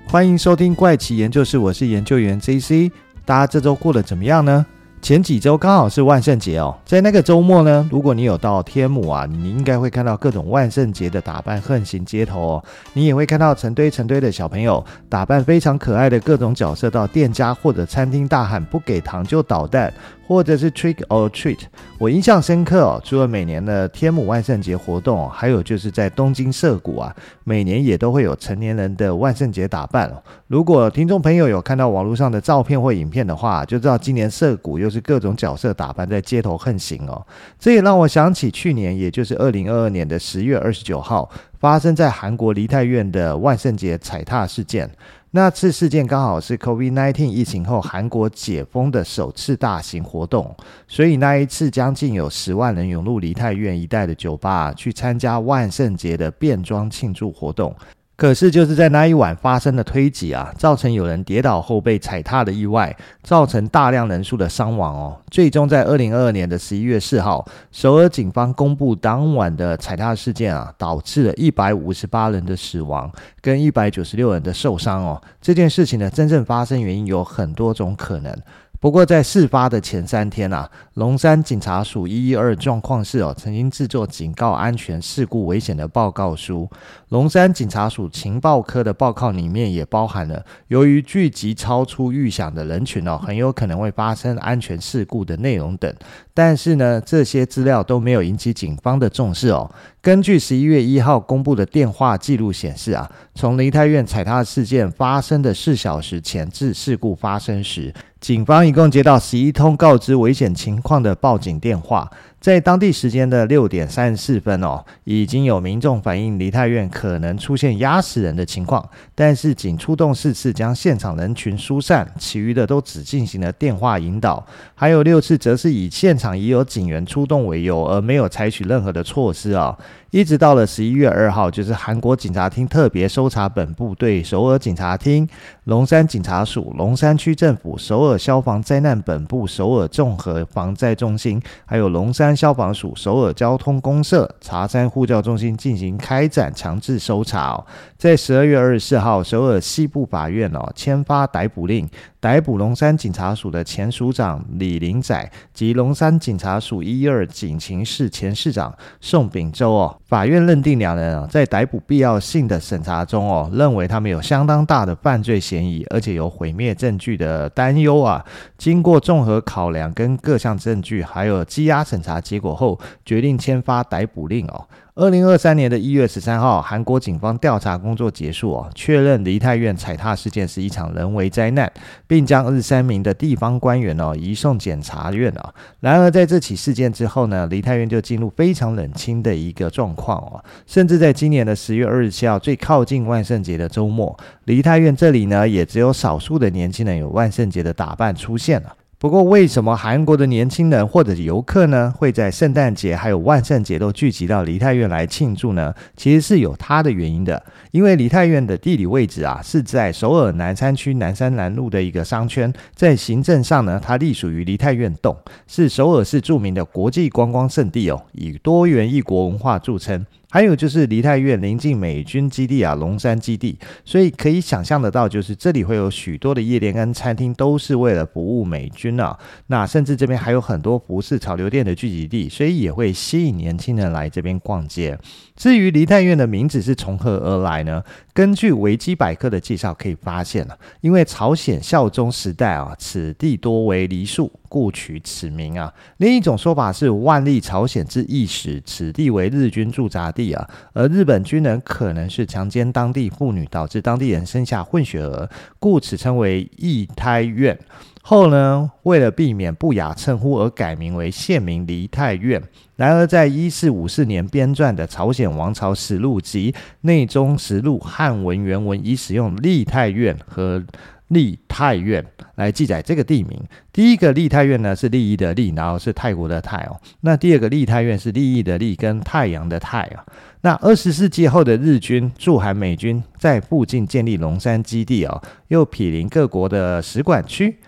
欢迎收听怪奇研究室，我是研究员 JC。 大家这周过得怎么样呢？前几周刚好是万圣节哦，在那个周末呢，如果你有到天母啊，你应该会看到各种万圣节的打扮横行街头哦。你也会看到成堆的小朋友打扮非常可爱的各种角色到店家或者餐厅大喊不给糖就捣蛋，或者是 trick or treat。 我印象深刻哦，除了每年的天母万圣节活动还有就是在东京涩谷啊，每年也都会有成年人的万圣节打扮哦。如果听众朋友有看到网络上的照片或影片的话，就知道今年涩谷又是各种角色打扮在街头横行哦。这也让我想起去年，也就是2022年的10月29号发生在韩国梨泰院的万圣节踩踏事件。那次事件刚好是 COVID-19 疫情后韩国解封的首次大型活动，所以那一次将近有10万人涌入梨泰院一带的酒吧去参加万圣节的变装庆祝活动。可是就是在那一晚发生的推挤啊，造成有人跌倒后被踩踏的意外，造成大量人数的伤亡哦。最终在2022年的11月4号，首尔警方公布当晚的踩踏事件啊，导致了158人的死亡跟196人的受伤哦。这件事情的真正发生原因有很多种可能。不过在事发的前3天啊，龙山警察署112状况室曾经制作警告安全事故危险的报告书。龙山警察署情报科的报告里面也包含了由于聚集超出预想的人群很有可能会发生安全事故的内容等。但是呢，这些资料都没有引起警方的重视哦。根据11月1号公布的电话记录显示啊，从梨泰院踩踏事件发生的4小时前至事故发生时，警方一共接到11通告知危险情况的报警电话。在当地时间的6点34分已经有民众反映梨泰院可能出现压死人的情况，但是仅出动4次将现场人群疏散，其余的都只进行了电话引导。还有6次则是以现场已有警员出动为由，而没有采取任何的措施一直到了11月2号，就是韩国警察厅特别搜查本部对首尔警察厅、龙山警察署、龙山区政府、首尔消防灾难本部、首尔综合防灾中心，还有龙山消防署、首尔交通公社、茶山呼叫中心进行开展强制搜查在12月24号，首尔西部法院签发逮捕令，逮捕龙山警察署的前署长李林宰及龙山警察署112警情室前室长宋炳洲法院认定两人在逮捕必要性的审查中认为他们有相当大的犯罪嫌疑，而且有毁灭证据的担忧经过综合考量跟各项证据还有羁押审查结果后，决定签发逮捕令2023年的1月13号，韩国警方调查工作结束确认梨泰院踩踏事件是一场人为灾难，并将23名的地方官员移送检察院然而在这起事件之后呢，梨泰院就进入非常冷清的一个状况甚至在今年的10月27号最靠近万圣节的周末，梨泰院这里呢也只有少数的年轻人有万圣节的打扮出现了。不过为什么韩国的年轻人或者游客呢会在圣诞节还有万圣节都聚集到梨泰院来庆祝呢？其实是有它的原因的。因为梨泰院的地理位置是在首尔南山区南山南路的一个商圈，在行政上呢它隶属于梨泰院洞，是首尔市著名的国际观光胜地以多元异国文化著称。还有就是梨泰院临近美军基地龙山基地，所以可以想象得到，就是这里会有许多的夜店跟餐厅都是为了服务美军那甚至这边还有很多服饰潮流店的聚集地，所以也会吸引年轻人来这边逛街。至于梨泰院的名字是从何而来呢？根据维基百科的介绍可以发现因为朝鲜孝宗时代此地多为梨树，故取此名另一种说法是万历朝鲜之役时，此地为日军驻扎地而日本军人可能是强奸当地妇女，导致当地人生下混血儿，故此称为义泰院。后呢，为了避免不雅称呼而改名为县名梨泰院。然而在1454年编撰的朝鲜王朝实录及内中实录汉文原文已使用梨泰院和梨泰院来记载这个地名。第一个梨泰院呢是利益的利，然后是泰国的泰那第二个梨泰院是利益的利跟太阳的太那20世纪后的日军驻韩美军在附近建立龙山基地又毗邻各国的使馆区，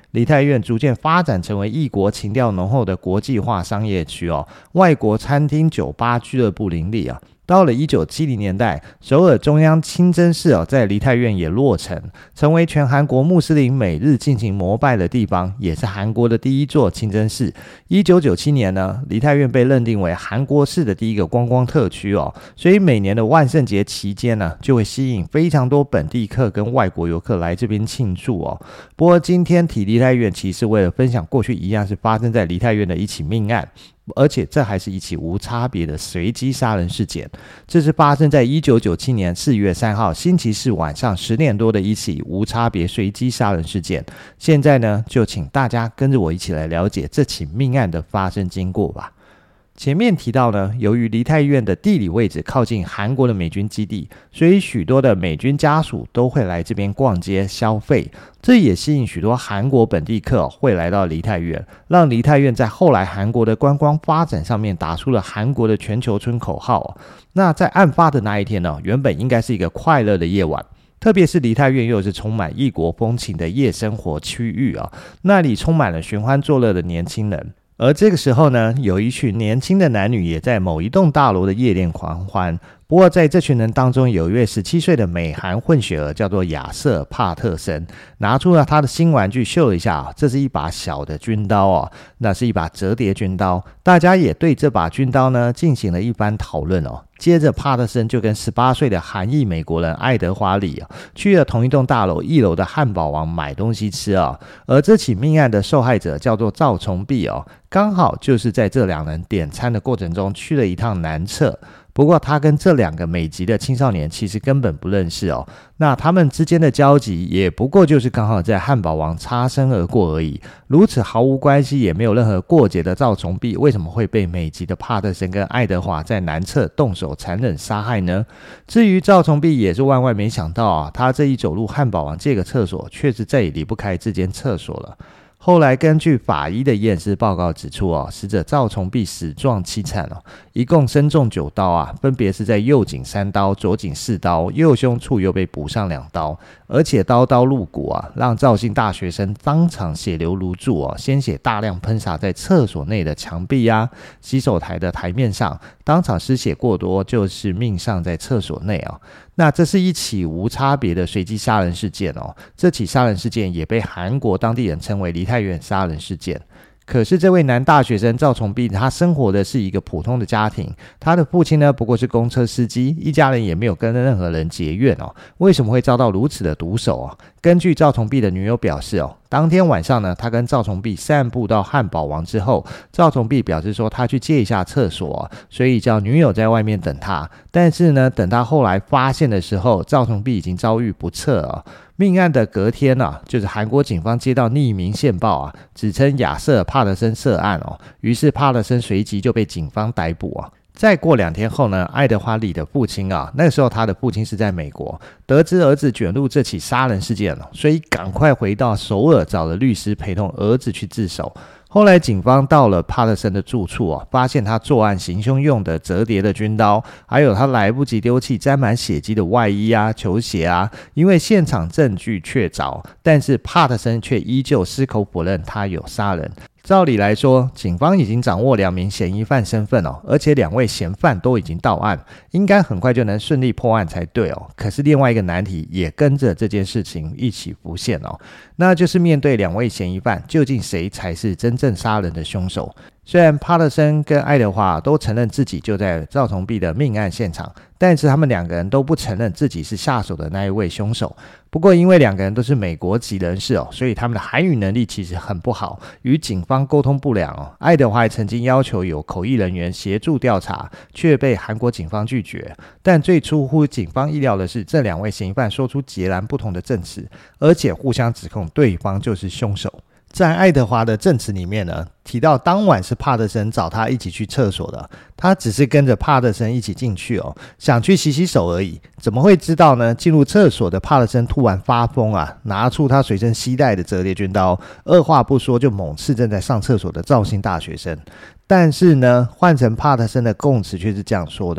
梨泰院逐渐发展成为异国情调浓厚的国际化商业区外国餐厅、酒吧、俱乐部林立到了1970年代，首尔中央清真寺在梨泰院也落成，成为全韩国穆斯林每日进行膜拜的地方，也是韩国的第一座清真寺。1997年呢，梨泰院被认定为韩国市的第一个观光特区所以每年的万圣节期间呢，就会吸引非常多本地客跟外国游客来这边庆祝不过今天提梨泰院，其实为了分享过去一样是发生在梨泰院的一起命案。而且这还是一起无差别的随机杀人事件，这是发生在1997年4月3号星期四晚上10点多的一起无差别随机杀人事件。现在呢，就请大家跟着我一起来了解这起命案的发生经过吧。前面提到呢，由于梨泰院的地理位置靠近韩国的美军基地，所以许多的美军家属都会来这边逛街消费，这也吸引许多韩国本地客会来到梨泰院，让梨泰院在后来韩国的观光发展上面打出了韩国的全球村口号那在案发的那一天呢，原本应该是一个快乐的夜晚，特别是梨泰院又是充满异国风情的夜生活区域那里充满了寻欢作乐的年轻人。而这个时候呢，有一群年轻的男女也在某一栋大楼的夜店狂欢。不过在这群人当中，有一位17岁的美韩混血儿，叫做亚瑟·帕特森，拿出了他的新玩具秀了一下这是一把小的军刀那是一把折叠军刀。大家也对这把军刀呢进行了一番讨论接着帕特森就跟18岁的韩裔美国人爱德华里去了同一栋大楼1楼的汉堡王买东西吃而这起命案的受害者叫做赵崇碧刚好就是在这两人点餐的过程中去了一趟男厕。不过他跟这两个美籍的青少年其实根本不认识那他们之间的交集也不过就是刚好在汉堡王擦身而过而已。如此毫无关系也没有任何过节的赵崇碧，为什么会被美籍的帕特森跟爱德华在男厕动手残忍杀害呢？至于赵崇碧也是万万没想到他这一走入汉堡王这个厕所，却是再也离不开这间厕所了。后来根据法医的验尸报告指出死者赵崇碧死状凄惨一共身中9刀分别是在右颈3刀、左颈4刀，右胸处又被补上2刀，而且刀刀入骨让赵姓大学生当场血流如注鲜血大量喷洒在厕所内的墙壁洗手台的台面上，当场失血过多，就是命丧在厕所内那这是一起无差别的随机杀人事件这起杀人事件也被韩国当地人称为梨泰院杀人事件。可是这位男大学生赵崇碧，他生活的是一个普通的家庭，他的父亲呢不过是公车司机，一家人也没有跟任何人结怨为什么会遭到如此的毒手根据赵崇碧的女友表示当天晚上呢，他跟赵崇碧散步到汉堡王之后，赵崇碧表示说他去借一下厕所所以叫女友在外面等他。但是呢，等他后来发现的时候，赵崇碧已经遭遇不测命案的隔天就是韩国警方接到匿名线报指称亚瑟·帕特森涉案于是帕特森随即就被警方逮捕再过2天后呢，爱德华里的父亲那个时候他的父亲是在美国，得知儿子卷入这起杀人事件所以赶快回到首尔找了律师陪同儿子去自首。后来警方到了帕特森的住处发现他作案行凶用的折叠的军刀，还有他来不及丢弃沾满血迹的外衣球鞋因为现场证据确凿，但是帕特森却依旧矢口否认他有杀人。照理来说，警方已经掌握2名嫌疑犯身份而且2位嫌犯都已经到案，应该很快就能顺利破案才对可是另外一个难题也跟着这件事情一起浮现那就是面对2位嫌疑犯，究竟谁才是真正杀人的凶手？虽然帕特森跟爱德华都承认自己就在赵崇碧的命案现场，但是他们2个人都不承认自己是下手的那一位凶手。不过因为2个人都是美国籍人士所以他们的韩语能力其实很不好，与警方沟通不良爱德华还曾经要求有口译人员协助调查，却被韩国警方拒绝。但最出乎警方意料的是，这2位嫌疑犯说出截然不同的证词，而且互相指控对方就是凶手。在爱德华的证词里面呢，提到当晚是帕特森找他一起去厕所的，他只是跟着帕特森一起进去想去洗洗手而已。怎么会知道呢？进入厕所的帕特森突然发疯拿出他随身携带的折叠军刀，二话不说就猛刺正在上厕所的赵姓大学生。但是呢，换成帕特森的供词却是这样说的。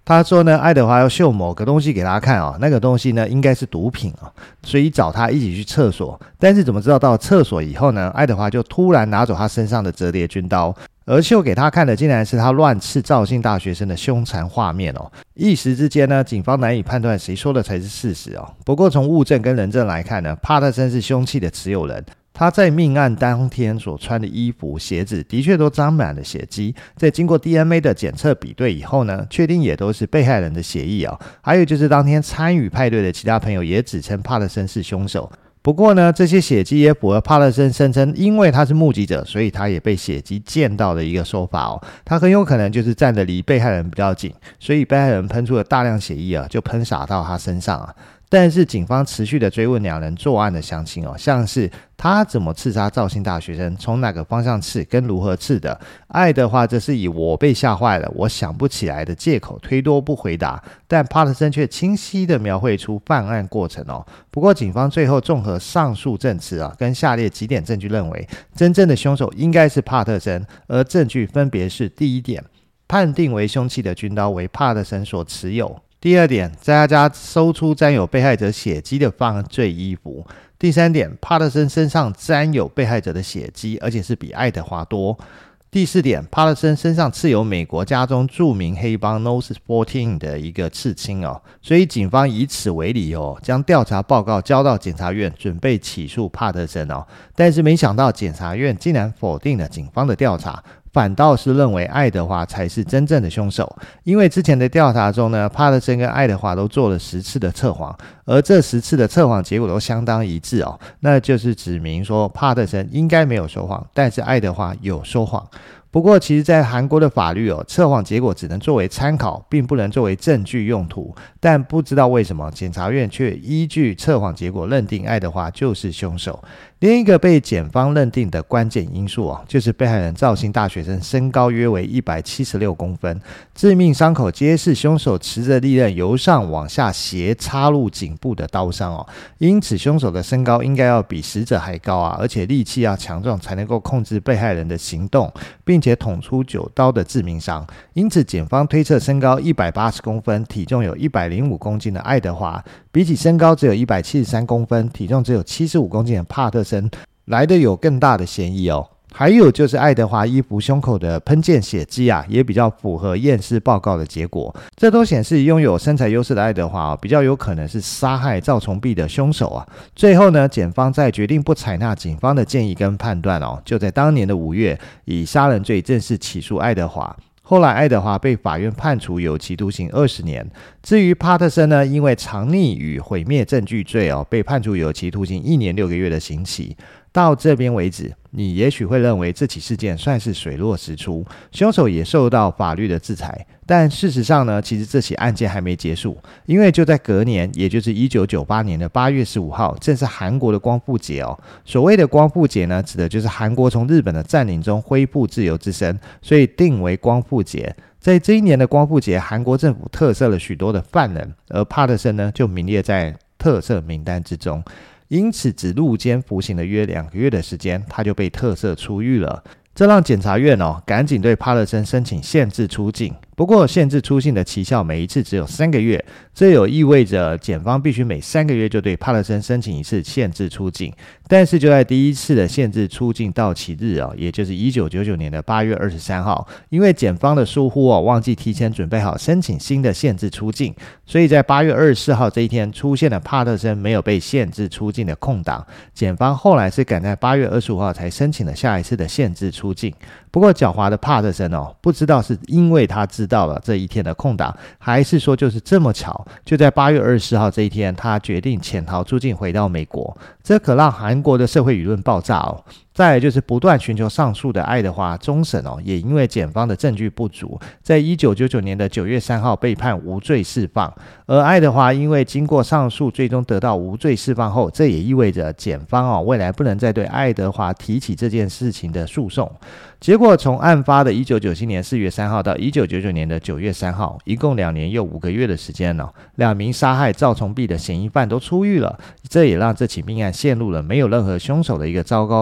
他说呢，爱德华要秀某个东西给他看哦，那个东西呢应该是毒品哦，所以找他一起去厕所。但是怎么知道到了厕所以后呢，爱德华就突然拿走他身上的折叠军刀，而秀给他看的竟然是他乱刺肇庆大学生的凶残画面哦。一时之间呢，警方难以判断谁说的才是事实哦。不过从物证跟人证来看呢，帕特森是凶器的持有人。他在命案当天所穿的衣服、鞋子的确都沾满了血迹，在经过 DNA 的检测比对以后呢，确定也都是被害人的血液哦。还有就是当天参与派对的其他朋友也指称帕特森是凶手。不过呢，这些血迹也符合帕特森声称，因为他是目击者，所以他也被血迹溅到的一个说法哦。他很有可能就是站得离被害人比较近，所以被害人喷出了大量血液啊，就喷洒到他身上啊。但是警方持续的追问两人作案的详情哦，像是他怎么刺杀肇庆大学生，从哪个方向刺，跟如何刺的。爱德华则是以我被吓坏了，我想不起来的借口推脱不回答，但帕特森却清晰的描绘出犯案过程哦。不过警方最后综合上述证词啊，跟下列几点证据认为，真正的凶手应该是帕特森，而证据分别是：第一点，判定为凶器的军刀为帕特森所持有。第二点，在他家搜出沾有被害者血迹的犯罪衣服。第三点，帕特森身上沾有被害者的血迹，而且是比爱德华多。第四点，帕特森身上刺有美国家中著名黑帮 Nose 14的一个刺青哦，所以警方以此为理由，将调查报告交到检察院，准备起诉帕特森哦。但是没想到检察院竟然否定了警方的调查，反倒是认为爱德华才是真正的凶手。因为之前的调查中呢，帕特森跟爱德华都做了10次的测谎，而这10次的测谎结果都相当一致哦，那就是指明说帕特森应该没有说谎，但是爱德华有说谎。不过其实在韩国的法律测谎结果只能作为参考，并不能作为证据用途，但不知道为什么检察院却依据测谎结果认定爱德华就是凶手。另一个被检方认定的关键因素就是被害人肇庆大学生身高约为176公分，致命伤口皆是凶手持着利刃由上往下斜插入颈部的刀伤因此凶手的身高应该要比死者还高而且力气要强壮才能够控制被害人的行动，并且捅出9刀的致命伤。因此检方推测身高180公分，体重有105公斤的爱德华，比起身高只有173公分，体重只有75公斤的帕特森来的有更大的嫌疑还有就是爱德华衣服胸口的喷溅血迹也比较符合验尸报告的结果，这都显示拥有身材优势的爱德华比较有可能是杀害赵崇碧的凶手最后呢，检方在决定不采纳警方的建议跟判断就在当年的5月以杀人罪正式起诉爱德华。后来爱德华被法院判处有期徒刑20年。至于帕特森呢，因为藏匿与毁灭证据罪被判处有期徒刑1年6个月的刑期。到这边为止，你也许会认为这起事件算是水落石出，凶手也受到法律的制裁。但事实上呢，其实这起案件还没结束，因为就在隔年，也就是1998年的8月15号，正是韩国的光复节所谓的光复节呢，指的就是韩国从日本的占领中恢复自由之身，所以定为光复节。在这一年的光复节，韩国政府特赦了许多的犯人，而帕特森呢就名列在特赦名单之中。因此只入监服刑了约2个月的时间，他就被特赦出狱了。这让检察院赶紧对帕特森申请限制出境。不过限制出境的期效每一次只有3个月，这有意味着检方必须每3个月就对帕特森申请一次限制出境。但是就在第一次的限制出境到期日也就是1999年的8月23号，因为检方的疏忽忘记提前准备好申请新的限制出境，所以在8月24号这一天出现了帕特森没有被限制出境的空档。检方后来是赶在8月25号才申请了下一次的限制出境。不过狡猾的帕特森不知道是因为他知道了这一天的空档，还是说就是这么巧，就在8月24号这一天，他决定潜逃出境回到美国。这可让韩国的社会舆论爆炸再来就是不断寻求上诉的爱德华终审也因为检方的证据不足，在1999年的9月3号被判无罪释放。而爱德华因为经过上诉最终得到无罪释放后，这也意味着检方未来不能再对爱德华提起这件事情的诉讼。结果从案发的1997年4月3号到1999年的9月3号，一共2年又5个月的时间2名杀害赵崇碧的嫌疑犯都出狱了，这也让这起命案陷入了没有任何凶手的一个糟糕状况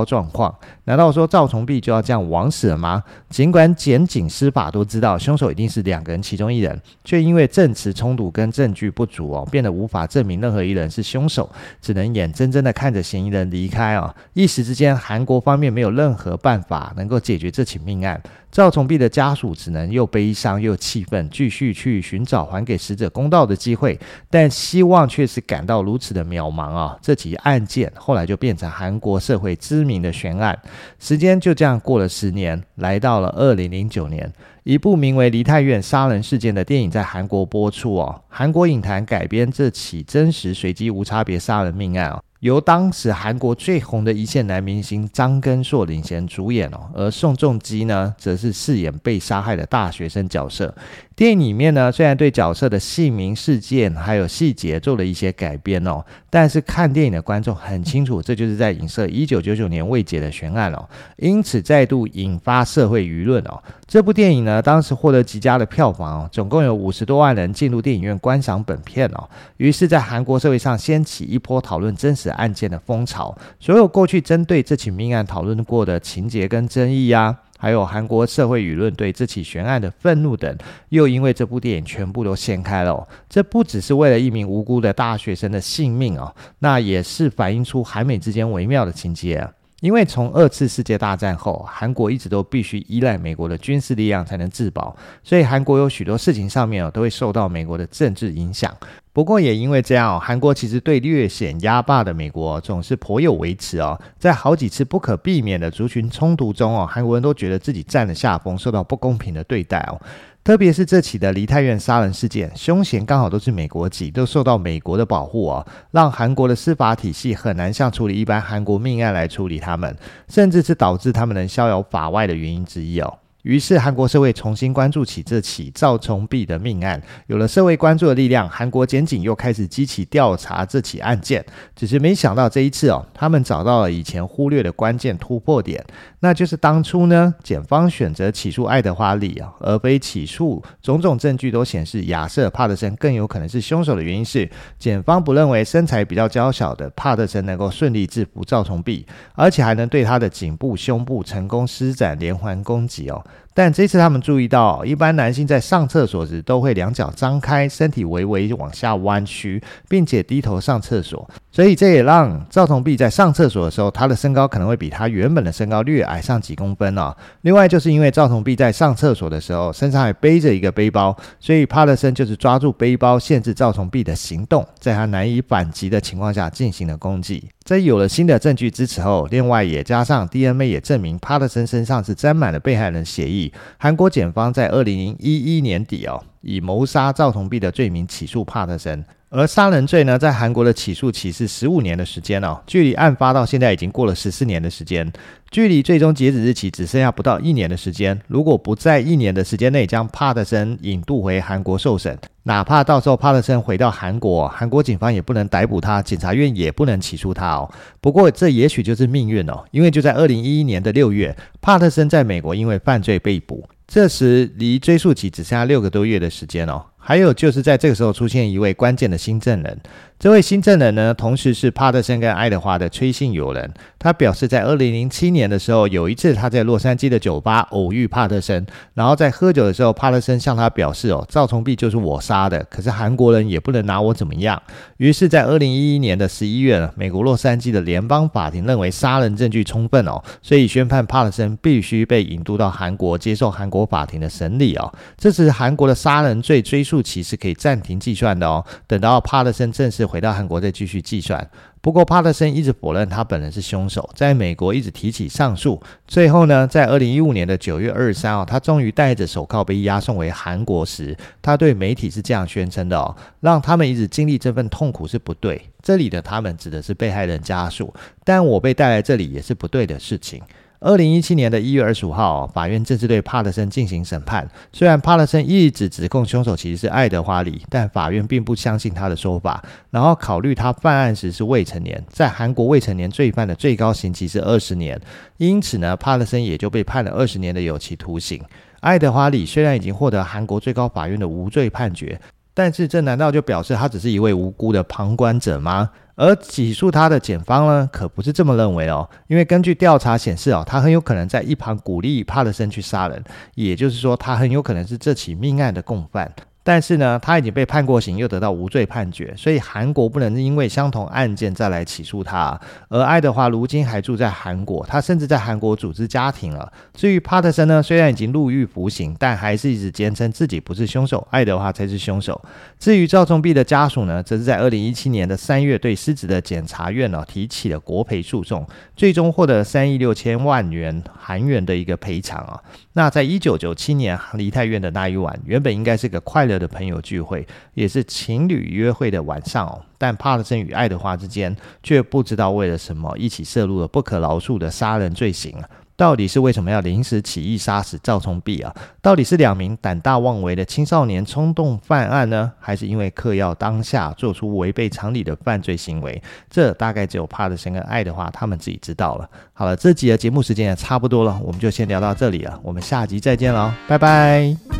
况。难道说赵崇碧就要这样枉死了吗？尽管检警司法都知道凶手一定是2个人其中一人，却因为证词冲突跟证据不足变得无法证明任何一人是凶手，只能眼睁睁的看着嫌疑人离开一时之间韩国方面没有任何办法能够解决这起命案。赵崇碧的家属只能又悲伤又气愤，继续去寻找还给死者公道的机会，但希望却是感到如此的渺茫这起案件后来就变成韩国社会知名的悬案。时间就这样过了10年，来到了2009年，一部名为《梨泰院杀人事件》的电影在韩国播出韩国影坛改编这起真实随机无差别杀人命案由当时韩国最红的一线男明星张根硕领衔主演而宋仲基呢，则是饰演被杀害的大学生角色。电影里面呢，虽然对角色的姓名、事件还有细节做了一些改编但是看电影的观众很清楚，这就是在影射1999年未解的悬案因此再度引发社会舆论这部电影呢，当时获得极佳的票房总共有50多万人进入电影院观赏本片于是在韩国社会上掀起一波讨论真实案件的风潮。所有过去针对这起命案讨论过的情节跟争议还有韩国社会舆论对这起悬案的愤怒等，又因为这部电影全部都掀开了这不只是为了一名无辜的大学生的性命那也是反映出韩美之间微妙的情节因为从2次世界大战后，韩国一直都必须依赖美国的军事力量才能自保，所以韩国有许多事情上面都会受到美国的政治影响。不过也因为这样韩国其实对略显压霸的美国总是颇有微词在好几次不可避免的族群冲突中韩国人都觉得自己占了下风，受到不公平的对待特别是这起的梨泰院杀人事件，凶嫌刚好都是美国籍，都受到美国的保护让韩国的司法体系很难像处理一般韩国命案来处理他们，甚至是导致他们能逍遥法外的原因之一于是韩国社会重新关注起这起赵崇碧的命案，有了社会关注的力量，韩国检警又开始积极调查这起案件。只是没想到这一次他们找到了以前忽略的关键突破点，那就是当初呢，检方选择起诉爱德华李而非起诉种种证据都显示亚瑟帕特森更有可能是凶手的原因是，检方不认为身材比较娇小的帕特森能够顺利制服赵崇碧，而且还能对他的颈部、胸部成功施展连环攻击但这次他们注意到一般男性在上厕所时都会两脚张开，身体微微往下弯曲，并且低头上厕所，所以这也让赵崇碧在上厕所的时候，他的身高可能会比他原本的身高略矮上几公分另外就是因为赵崇碧在上厕所的时候身上还背着一个背包，所以帕特森就是抓住背包限制赵崇碧的行动，在他难以反击的情况下进行了攻击。在有了新的证据支持后，另外也加上 DNA 也证明帕特森身上是沾满了被害人血液，韩国检方在2011年底以谋杀赵崇碧的罪名起诉帕特森。而杀人罪呢，在韩国的起诉期是15年的时间距离案发到现在已经过了14年的时间，距离最终截止日期只剩下不到1年的时间。如果不在1年的时间内将帕特森引渡回韩国受审，哪怕到时候帕特森回到韩国，韩国警方也不能逮捕他，检察院也不能起诉他不过这也许就是命运因为就在2011年的6月，帕特森在美国因为犯罪被捕，这时离追诉期只剩下6个多月的时间还有就是在这个时候出现一位关键的新证人，这位新证人呢，同时是帕特森跟爱德华的崔姓友人。他表示在2007年的时候，有一次他在洛杉矶的酒吧偶遇帕特森，然后在喝酒的时候，帕特森向他表示赵崇碧就是我杀的，可是韩国人也不能拿我怎么样。于是在2011年的11月，美国洛杉矶的联邦法庭认为杀人证据充分所以宣判帕特森必须被引渡到韩国接受韩国法庭的审理这时韩国的杀人罪追诉期是可以暂停计算的等到帕特森正式回到韩国再继续计算。不过帕特森一直否认他本人是凶手，在美国一直提起上诉。最后呢，在2015年的9月23号，他终于戴着手铐被押送回韩国时，他对媒体是这样宣称的让他们一直经历这份痛苦是不对，这里的他们指的是被害人家属，但我被带来这里也是不对的事情。2017年的1月25号，法院正式对帕特森进行审判。虽然帕特森一直指控凶手其实是爱德华李，但法院并不相信他的说法，然后考虑他犯案时是未成年，在韩国未成年罪犯的最高刑期是20年，因此呢，帕特森也就被判了20年的有期徒刑。爱德华李虽然已经获得韩国最高法院的无罪判决， 但是这难道就表示他只是一位无辜的旁观者吗？而起诉他的检方呢，可不是这么认为哦，因为根据调查显示哦，他很有可能在一旁鼓励帕特森去杀人，也就是说，他很有可能是这起命案的共犯。但是呢，他已经被判过刑，又得到无罪判决，所以韩国不能因为相同案件再来起诉他。而爱德华如今还住在韩国，他甚至在韩国组织家庭了。至于帕特森呢，虽然已经入狱服刑，但还是一直坚称自己不是凶手，爱德华才是凶手。至于赵崇碧的家属呢，则是在2017年的3月对失职的检察院提起了国赔诉讼，最终获得3亿6千万元韩元的一个赔偿啊。那在1997年梨泰院的那一晚，原本应该是个快乐的朋友聚会，也是情侣约会的晚上但帕特森与爱德华之间却不知道为了什么一起涉入了不可饶恕的杀人罪行到底是为什么要临时起意杀死赵崇碧到底是2名胆大妄为的青少年冲动犯案呢，还是因为嗑药当下做出违背常理的犯罪行为？这大概只有帕特森跟爱德华他们自己知道了。好了，这集的节目时间也差不多了，我们就先聊到这里了，我们下集再见咯，拜拜。